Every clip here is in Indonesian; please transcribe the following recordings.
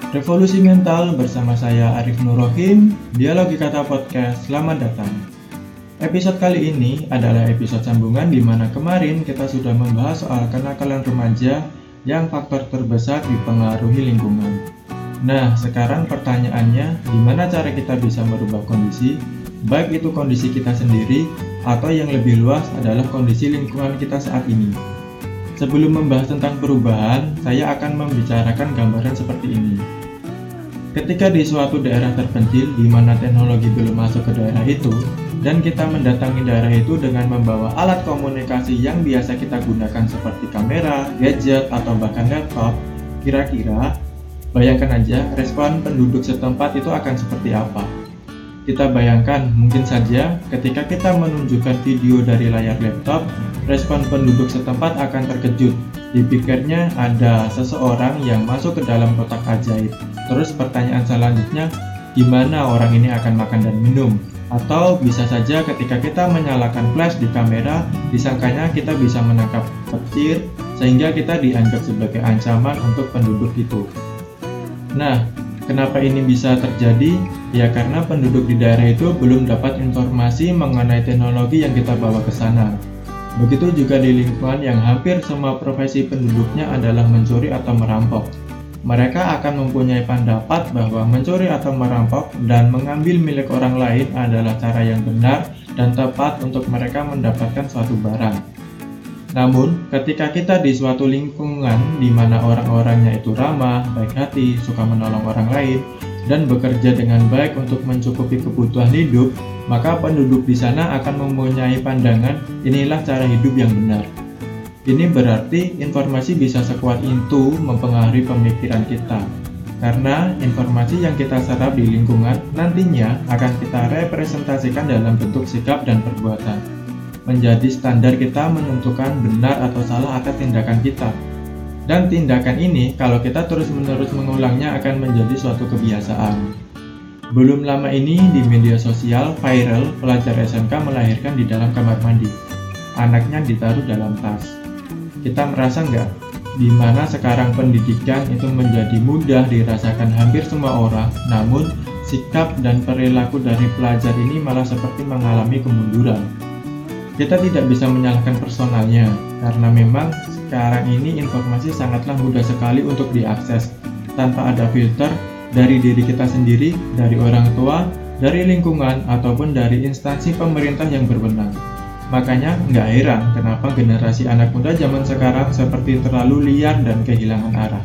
Revolusi Mental bersama saya Arif Nurrohim, Dialogi Kata Podcast, selamat datang. Episode kali ini adalah episode sambungan di mana kemarin kita sudah membahas soal kenakalan remaja yang faktor terbesar dipengaruhi lingkungan. Nah, sekarang pertanyaannya, gimana cara kita bisa merubah kondisi, baik itu kondisi kita sendiri atau yang lebih luas adalah kondisi lingkungan kita saat ini. Sebelum membahas tentang perubahan, saya akan membicarakan gambaran seperti ini. Ketika di suatu daerah terpencil di mana teknologi belum masuk ke daerah itu, dan kita mendatangi daerah itu dengan membawa alat komunikasi yang biasa kita gunakan seperti kamera, gadget, atau bahkan laptop, kira-kira bayangkan aja respon penduduk setempat itu akan seperti apa. Kita bayangkan mungkin saja ketika kita menunjukkan video dari layar laptop, respon penduduk setempat akan terkejut. Dipikirnya ada seseorang yang masuk ke dalam kotak ajaib. Terus pertanyaan selanjutnya, gimana orang ini akan makan dan minum? Atau bisa saja ketika kita menyalakan flash di kamera, disangkanya kita bisa menangkap petir sehingga kita dianggap sebagai ancaman untuk penduduk itu. Nah, kenapa ini bisa terjadi? Ya karena penduduk di daerah itu belum dapat informasi mengenai teknologi yang kita bawa ke sana. Begitu juga di lingkungan yang hampir semua profesi penduduknya adalah mencuri atau merampok. Mereka akan mempunyai pendapat bahwa mencuri atau merampok dan mengambil milik orang lain adalah cara yang benar dan tepat untuk mereka mendapatkan suatu barang. Namun, ketika kita di suatu lingkungan di mana orang-orangnya itu ramah, baik hati, suka menolong orang lain, dan bekerja dengan baik untuk mencukupi kebutuhan hidup, maka penduduk di sana akan mempunyai pandangan inilah cara hidup yang benar. Ini berarti informasi bisa sekuat itu mempengaruhi pemikiran kita. Karena informasi yang kita serap di lingkungan nantinya akan kita representasikan dalam bentuk sikap dan perbuatan. Menjadi standar kita menentukan benar atau salah akan tindakan kita. Dan tindakan ini kalau kita terus-menerus mengulangnya akan menjadi suatu kebiasaan. Belum lama ini di media sosial viral pelajar SMK melahirkan di dalam kamar mandi. Anaknya ditaruh dalam tas. Kita merasa nggak? Di mana sekarang pendidikan itu menjadi mudah dirasakan hampir semua orang, namun sikap dan perilaku dari pelajar ini malah seperti mengalami kemunduran. Kita tidak bisa menyalahkan personalnya, karena memang sekarang ini informasi sangatlah mudah sekali untuk diakses, tanpa ada filter dari diri kita sendiri, dari orang tua, dari lingkungan, ataupun dari instansi pemerintah yang berwenang. Makanya nggak heran kenapa generasi anak muda zaman sekarang seperti terlalu liar dan kehilangan arah.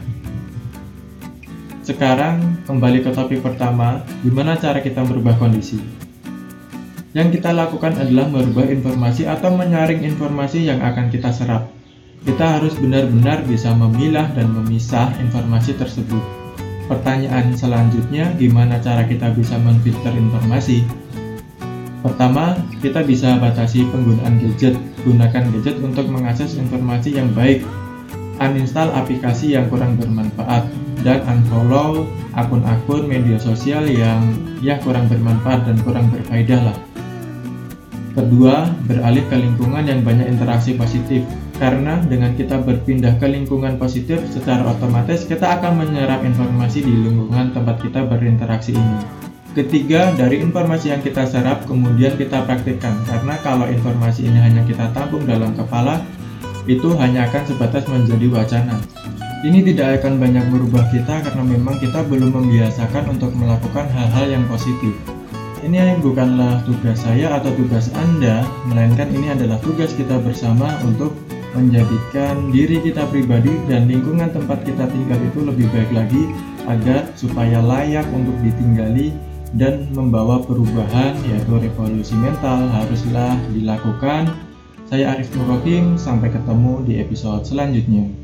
Sekarang kembali ke topik pertama, gimana cara kita merubah kondisi? Yang kita lakukan adalah merubah informasi atau menyaring informasi yang akan kita serap. Kita harus benar-benar bisa memilah dan memisah informasi tersebut. Pertanyaan selanjutnya, gimana cara kita bisa memfilter informasi? Pertama, kita bisa batasi penggunaan gadget. Gunakan gadget untuk mengakses informasi yang baik. Uninstall aplikasi yang kurang bermanfaat dan unfollow akun-akun media sosial yang kurang bermanfaat dan kurang berfaedah lah. Kedua, beralih ke lingkungan yang banyak interaksi positif. Karena dengan kita berpindah ke lingkungan positif, secara otomatis kita akan menyerap informasi di lingkungan tempat kita berinteraksi ini. Ketiga, dari informasi yang kita serap, kemudian kita praktikkan. Karena kalau informasi ini hanya kita tampung dalam kepala, itu hanya akan sebatas menjadi wacana. Ini tidak akan banyak merubah kita karena memang kita belum membiasakan untuk melakukan hal-hal yang positif. Ini bukanlah tugas saya atau tugas Anda, melainkan ini adalah tugas kita bersama untuk menjadikan diri kita pribadi dan lingkungan tempat kita tinggal itu lebih baik lagi agar supaya layak untuk ditinggali dan membawa perubahan, yaitu revolusi mental haruslah dilakukan. Saya Arif Nurrohim, sampai ketemu di episode selanjutnya.